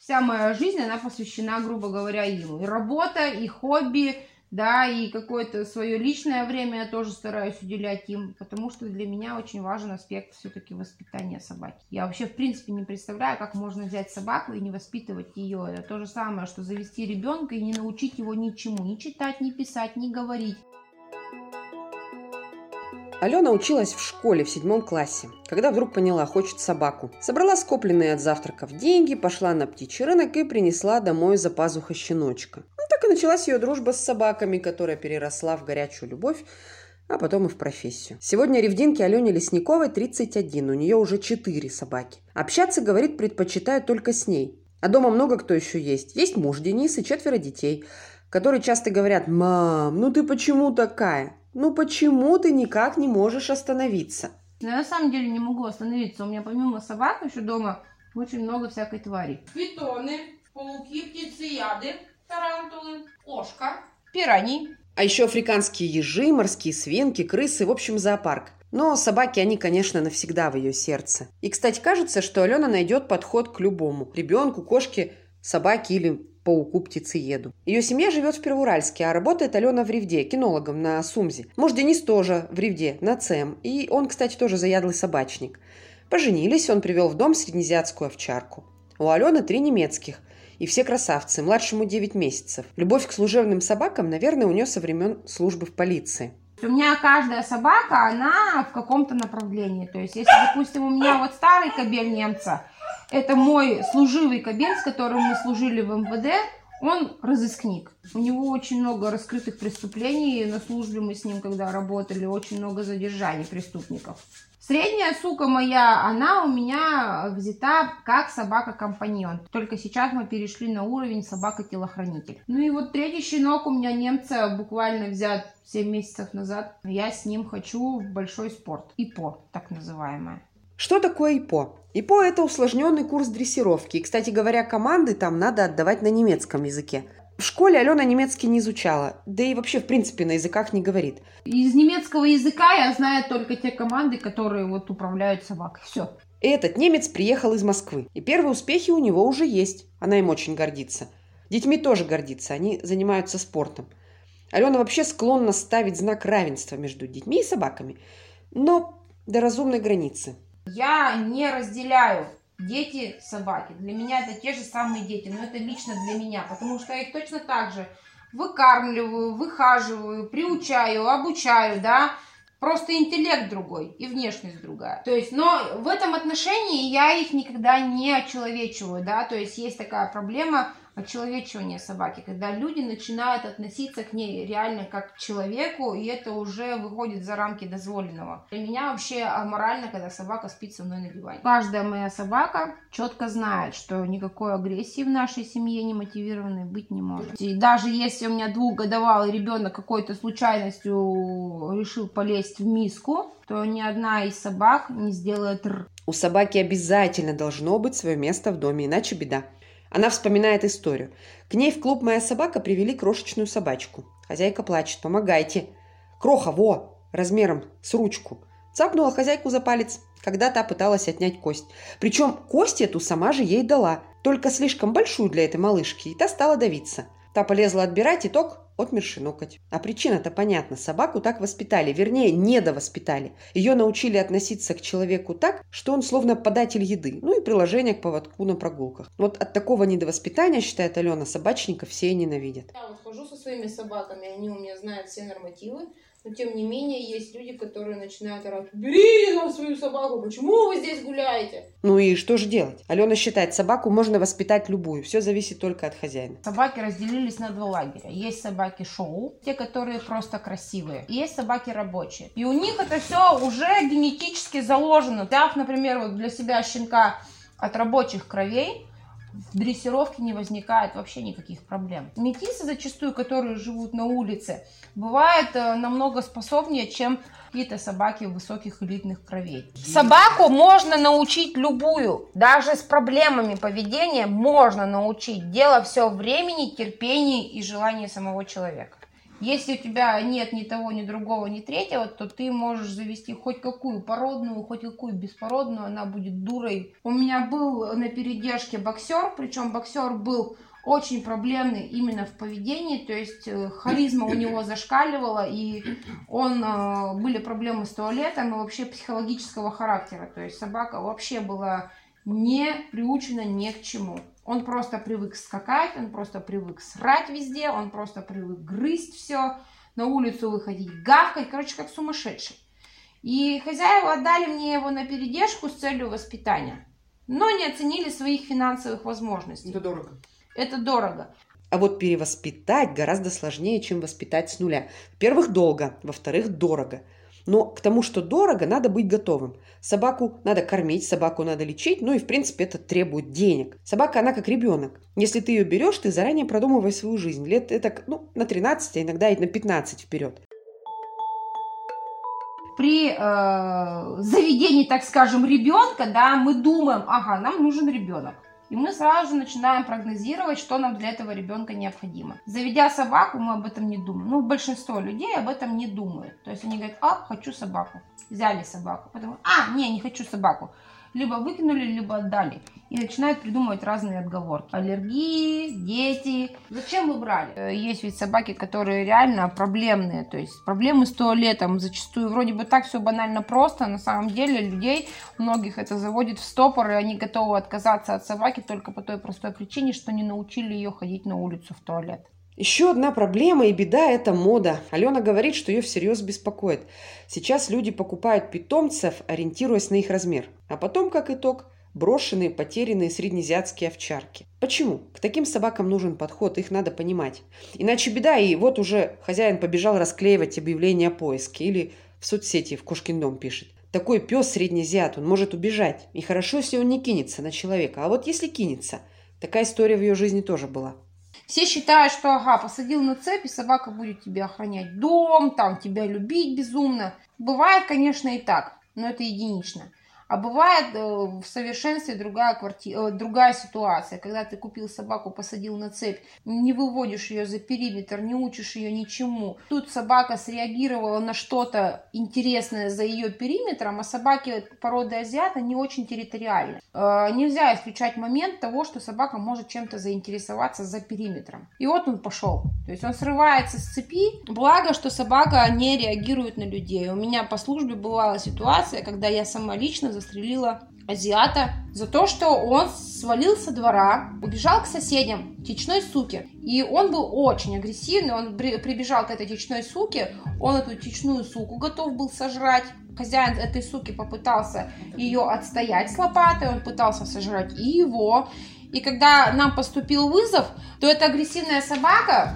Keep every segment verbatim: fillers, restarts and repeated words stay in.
вся моя жизнь, она посвящена, грубо говоря, им. И работа, и хобби, да, и какое-то свое личное время я тоже стараюсь уделять им, потому что для меня очень важен аспект все-таки воспитания собаки. Я вообще, в принципе, не представляю, как можно взять собаку и не воспитывать ее. Это то же самое, что завести ребенка и не научить его ничему, ни читать, ни писать, ни говорить. Алена училась в школе в седьмом классе, когда вдруг поняла, хочет собаку. Собрала скопленные от завтраков деньги, пошла на птичий рынок и принесла домой за пазухой щеночка. Ну, так и началась ее дружба с собаками, которая переросла в горячую любовь, а потом и в профессию. Сегодня ревдинке Алене Лесниковой тридцать один, у нее уже четыре собаки. Общаться, говорит, предпочитает только с ней. А дома много кто еще есть. Есть муж Денис и четверо детей, которые часто говорят: «Мам, ну ты почему такая? Ну почему ты никак не можешь остановиться?» Я на самом деле не могу остановиться. У меня помимо собак еще дома очень много всякой твари. Питоны, пауки, птицеяды, тарантулы, кошка, пираньи. А еще африканские ежи, морские свинки, крысы, в общем, зоопарк. Но собаки, они, конечно, навсегда в ее сердце. И, кстати, кажется, что Алена найдет подход к любому. Ребенку, кошке, собаке или пауку-птицееду. Ее семья живет в Первоуральске, а работает Алена в Ревде, кинологом на Сумзе. Муж Денис тоже в Ревде, на ЦЭМ. И он, кстати, тоже заядлый собачник. Поженились, он привел в дом среднеазиатскую овчарку. У Алены три немецких. И все красавцы, младшему девять месяцев. Любовь к служебным собакам, наверное, у нее со времен службы в полиции. У меня каждая собака, она в каком-то направлении. То есть, если, допустим, у меня вот старый кобель немца, это мой служивый кобель, с которым мы служили в эм вэ дэ, он разыскник. У него очень много раскрытых преступлений, на службе мы с ним, когда работали, очень много задержаний преступников. Средняя сука моя, она у меня взята как собака-компаньон. Только сейчас мы перешли на уровень собака-телохранитель. Ну и вот третий щенок у меня немца буквально взят семь месяцев назад. Я с ним хочу в большой спорт. ИПО, так называемое. Что такое ИПО? ИПО – это усложненный курс дрессировки. И, кстати говоря, команды там надо отдавать на немецком языке. В школе Алена немецкий не изучала, да и вообще, в принципе, на языках не говорит. Из немецкого языка я знаю только те команды, которые вот управляют собакой. Все. Этот немец приехал из Москвы, и первые успехи у него уже есть. Она им очень гордится. Детьми тоже гордится, они занимаются спортом. Алена вообще склонна ставить знак равенства между детьми и собаками, но до разумной границы. Я не разделяю дети, собаки. Для меня это те же самые дети, но это лично для меня, потому что я их точно так же выкармливаю, выхаживаю, приучаю, обучаю, да. Просто интеллект другой и внешность другая. То есть, но в этом отношении я их никогда не очеловечиваю, да. То есть есть такая проблема очеловечивания собаки, когда люди начинают относиться к ней реально как к человеку, и это уже выходит за рамки дозволенного. Для меня вообще аморально, когда собака спит со мной на диване. Каждая моя собака четко знает, что никакой агрессии в нашей семье не мотивированной быть не может. И даже если у меня двухгодовалый ребенок какой-то случайностью решил полезть в миску, то ни одна из собак не сделает р. У собаки обязательно должно быть свое место в доме, иначе беда. Она вспоминает историю. К ней в клуб «Моя собака» привели крошечную собачку. Хозяйка плачет: «Помогайте!» Кроха, во, размером с ручку. Цапнула хозяйку за палец, когда та пыталась отнять кость. Причем кость эту сама же ей дала, только слишком большую для этой малышки, и та стала давиться. Та полезла отбирать, итог – отмерший ноготь. А причина-то понятна. Собаку так воспитали, вернее, недовоспитали. Ее научили относиться к человеку так, что он словно податель еды, ну и приложение к поводку на прогулках. Вот от такого недовоспитания, считает Алена, собачников все и ненавидят. Я вот хожу со своими собаками, они у меня знают все нормативы. Но, тем не менее, есть люди, которые начинают орать: «Берите нам свою собаку, почему вы здесь гуляете?» Ну и что же делать? Алена считает, собаку можно воспитать любую, все зависит только от хозяина. Собаки разделились на два лагеря. Есть собаки шоу, те, которые просто красивые. И есть собаки рабочие. И у них это все уже генетически заложено. Взяв, например, вот для себя щенка от рабочих кровей, в дрессировке не возникает вообще никаких проблем. Метисы зачастую, которые живут на улице, бывают намного способнее, чем какие-то собаки высоких элитных кровей. Собаку можно научить любую, даже с проблемами поведения можно научить. Дело все в времени, терпении и желании самого человека. Если у тебя нет ни того, ни другого, ни третьего, то ты можешь завести хоть какую породную, хоть какую беспородную, она будет дурой. У меня был на передержке боксер, причем боксер был очень проблемный именно в поведении, то есть харизма у него зашкаливала, и он, были проблемы с туалетом и вообще психологического характера, то есть собака вообще была не приучена ни к чему. Он просто привык скакать, он просто привык срать везде, он просто привык грызть все, на улицу выходить, гавкать, короче, как сумасшедший. И хозяева отдали мне его на передержку с целью воспитания, но не оценили своих финансовых возможностей. Это дорого. Это дорого. А вот перевоспитать гораздо сложнее, чем воспитать с нуля. Во-первых, долго, во-вторых, дорого. Но к тому, что дорого, надо быть готовым. Собаку надо кормить, собаку надо лечить, ну и, в принципе, это требует денег. Собака, она как ребенок. Если ты ее берешь, ты заранее продумывай свою жизнь. Лет это, ну, на тринадцать, а иногда и на пятнадцать вперед. При э, заведении, так скажем, ребенка, да, мы думаем, ага, нам нужен ребенок. И мы сразу же начинаем прогнозировать, что нам для этого ребенка необходимо. Заведя собаку, мы об этом не думаем. Ну, большинство людей об этом не думают. То есть они говорят, а, хочу собаку. Взяли собаку. Потом, а, не, не хочу собаку. Либо выкинули, либо отдали. И начинают придумывать разные отговорки. Аллергии, дети. Зачем вы брали? Есть ведь собаки, которые реально проблемные. То есть проблемы с туалетом. Зачастую вроде бы так все банально просто. На самом деле людей, многих это заводит в стопор. И они готовы отказаться от собаки только по той простой причине, что не научили ее ходить на улицу в туалет. Еще одна проблема и беда – это мода. Алена говорит, что ее всерьез беспокоит. Сейчас люди покупают питомцев, ориентируясь на их размер. А потом, как итог, брошенные, потерянные среднеазиатские овчарки. Почему? К таким собакам нужен подход, их надо понимать. Иначе беда, и вот уже хозяин побежал расклеивать объявление о поиске. Или в соцсети в Кошкин дом пишет. Такой пес среднеазиат, он может убежать. И хорошо, если он не кинется на человека. А вот если кинется, такая история в ее жизни тоже была. Все считают, что, ага, посадил на цепь, и собака будет тебе охранять дом, там, тебя любить безумно. Бывает, конечно, и так, но это единично. А бывает э, в совершенстве другая, кварти... э, другая ситуация, когда ты купил собаку, посадил на цепь, не выводишь ее за периметр, не учишь ее ничему. Тут собака среагировала на что-то интересное за ее периметром, а собаки породы азиат, они очень территориальны. Э, нельзя исключать момент того, что собака может чем-то заинтересоваться за периметром. И вот он пошел. То есть он срывается с цепи. Благо, что собака не реагирует на людей. У меня по службе бывала ситуация, когда я сама лично застрелила азиата за то, что он свалил со двора, убежал к соседям, течной суке. И он был очень агрессивный, он прибежал к этой течной суке, он эту течную суку готов был сожрать. Хозяин этой суки попытался ее отстоять с лопатой, он пытался сожрать и его. И когда нам поступил вызов, то эта агрессивная собака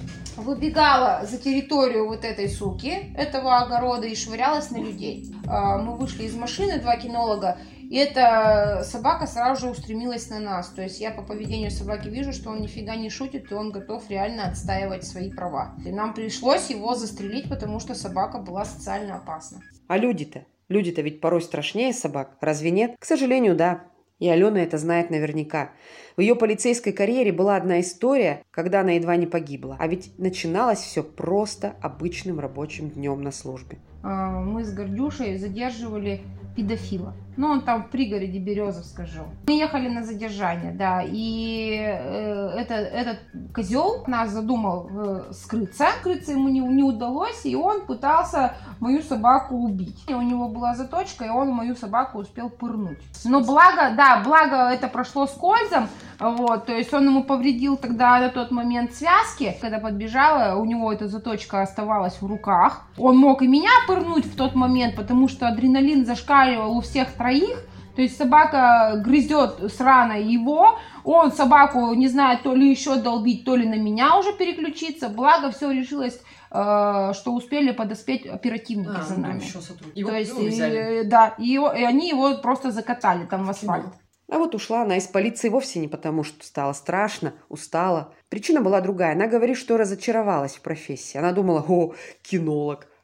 выбегала за территорию вот этой суки, этого огорода, и швырялась на людей. Мы вышли из машины, два кинолога, и эта собака сразу же устремилась на нас. То есть я по поведению собаки вижу, что он нифига не шутит, и он готов реально отстаивать свои права. И нам пришлось его застрелить, потому что собака была социально опасна. А люди-то? Люди-то ведь порой страшнее собак, разве нет? К сожалению, да. И Алена это знает наверняка. В ее полицейской карьере была одна история, когда она едва не погибла. А ведь начиналось все просто обычным рабочим днем на службе. Мы с Гордюшей задерживали педофила. Ну, он там в пригороде Березовска жил. Мы ехали на задержание, да, и э, это, этот козел нас задумал э, скрыться. Скрыться ему не, не удалось, и он пытался мою собаку убить. И у него была заточка, и он мою собаку успел пырнуть. Но благо, да, благо это прошло скользом, вот, то есть он ему повредил тогда на тот момент связки. Когда подбежала, у него эта заточка оставалась в руках. Он мог и меня пырнуть в тот момент, потому что адреналин зашкаливал у всех троих. То есть собака грызет срано его, он собаку не знает, то ли еще долбить, то ли на меня уже переключиться. Благо все решилось, э, что успели подоспеть оперативники а, за нами. Его, то есть, его и, да, и, его, и они его просто закатали там в асфальт. А вот ушла она из полиции вовсе не потому, что стало страшно, устала. Причина была другая. Она говорит, что разочаровалась в профессии. Она думала, о, кинолог,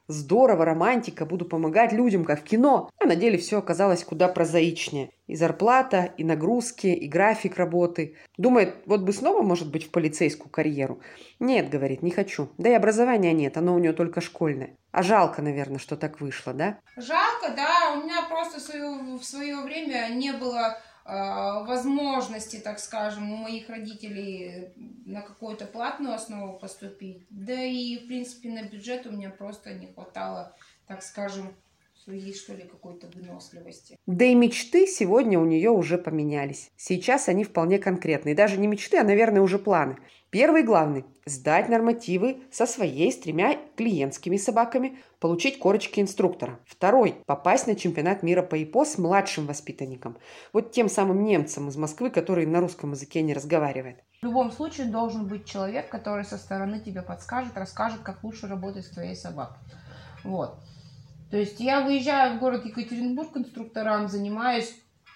Здорово, романтика, буду помогать людям, как в кино. А на деле все оказалось куда прозаичнее. И зарплата, и нагрузки, и график работы. Думает, вот бы снова, может быть, в полицейскую карьеру. Нет, говорит, не хочу. Да и образования нет, оно у нее только школьное. А жалко, наверное, что так вышло, да? Жалко, да. У меня просто в свое, в свое время не было э, возможности, так скажем, у моих родителей на какую-то платную основу поступить. Да и, в принципе, на бюджет у меня просто не хватало, так скажем, своей, что ли, какой-то выносливости. Да и мечты сегодня у нее уже поменялись. Сейчас они вполне конкретные. Даже не мечты, а, наверное, уже планы. Первый и главный – сдать нормативы со своей с тремя клиентскими собаками, получить корочки инструктора. Второй – попасть на чемпионат мира по ИПО с младшим воспитанником. Вот тем самым немцам из Москвы, который на русском языке не разговаривает. В любом случае должен быть человек, который со стороны тебе подскажет, расскажет, как лучше работать с твоей собакой. Вот. То есть я выезжаю в город Екатеринбург инструкторам, занимаюсь,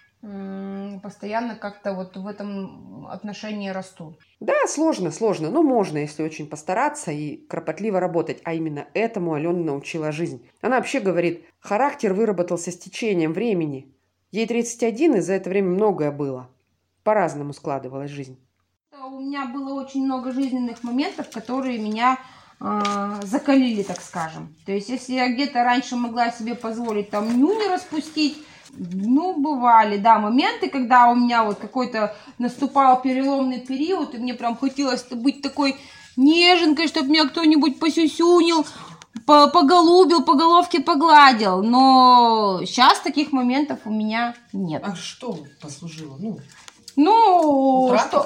м- постоянно как-то вот в этом отношении расту. Да, сложно, сложно, но можно, если очень постараться и кропотливо работать. А именно этому Алену научила жизнь. Она вообще говорит, характер выработался с течением времени. Ей тридцать один, и за это время многое было. По-разному складывалась жизнь. У меня было очень много жизненных моментов, которые меня закалили, так скажем. То есть, если я где-то раньше могла себе позволить там нюни распустить, ну, бывали, да, моменты, когда у меня вот какой-то наступал переломный период, и мне прям хотелось быть такой неженкой, чтобы меня кто-нибудь посюсюнил, поголубил, по головке погладил. Но сейчас таких моментов у меня нет. А что послужило? Ну... Ну, что,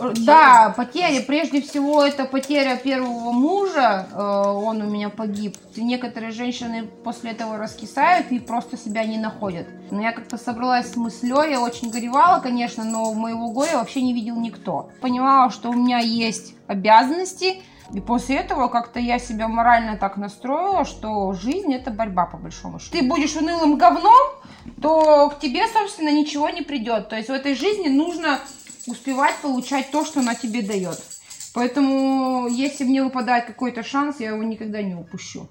да, потери. Прежде всего, это потеря первого мужа. Он у меня погиб. Некоторые женщины после этого раскисают и просто себя не находят. Но я как-то собралась с мыслью, я очень горевала, конечно, но моего горя вообще не видел никто. Понимала, что у меня есть обязанности. И после этого как-то я себя морально так настроила, что жизнь – это борьба, по большому счету. Ты будешь унылым говном, то к тебе, собственно, ничего не придет. То есть в этой жизни нужно успевать получать то, что она тебе дает. Поэтому, если мне выпадает какой-то шанс, я его никогда не упущу.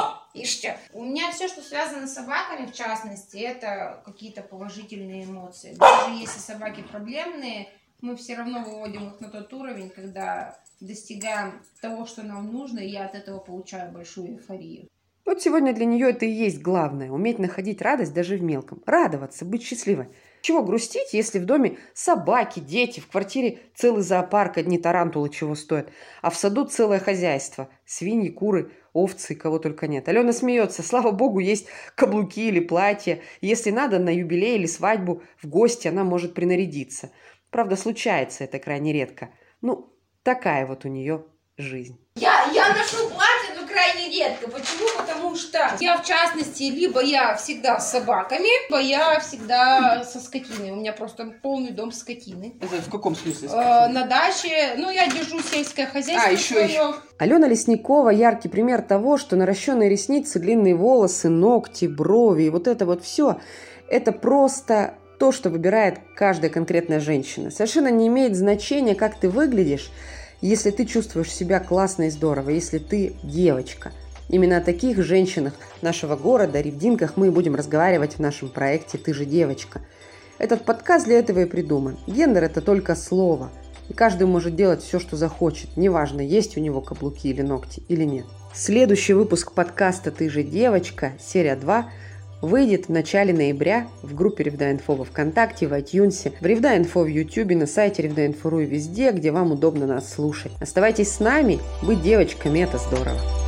Ишь, у меня все, что связано с собаками, в частности, это какие-то положительные эмоции. Даже если собаки проблемные, мы все равно выводим их на тот уровень, когда достигаем того, что нам нужно, и я от этого получаю большую эйфорию. Вот сегодня для нее это и есть главное – уметь находить радость даже в мелком. Радоваться, быть счастливой. Чего грустить, если в доме собаки, дети, в квартире целый зоопарк, одни тарантулы чего стоят, а в саду целое хозяйство – свиньи, куры, овцы, кого только нет. Алена смеется. Слава богу, есть каблуки или платья. Если надо, на юбилей или свадьбу в гости она может принарядиться. Правда, случается это крайне редко. Ну, такая вот у нее жизнь. Я, я ношу платье, но крайне редко. Почему? Потому что я, в частности, либо я всегда с собаками, либо я всегда со скотиной. У меня просто полный дом скотины. Это в каком смысле скотины? Э, на даче. Ну, я держу сельское хозяйство. А, еще, еще. Алена Лесникова – яркий пример того, что наращенные ресницы, длинные волосы, ногти, брови и вот это вот все – это просто то, что выбирает каждая конкретная женщина. Совершенно не имеет значения, как ты выглядишь, если ты чувствуешь себя классно и здорово, если ты девочка. Именно о таких женщинах нашего города, Ревдинках, мы и будем разговаривать в нашем проекте «Ты же девочка». Этот подкаст для этого и придуман. Гендер – это только слово. И каждый может делать все, что захочет. Неважно, есть у него каблуки или ногти или нет. Следующий выпуск подкаста «Ты же девочка», серия два, выйдет в начале ноября в группе Ревда.Инфо во ВКонтакте, в iTunes, в Ревда.Инфо в Ютубе, на сайте Ревда.Инфо.ру и везде, где вам удобно нас слушать. Оставайтесь с нами, быть девочками – это здорово.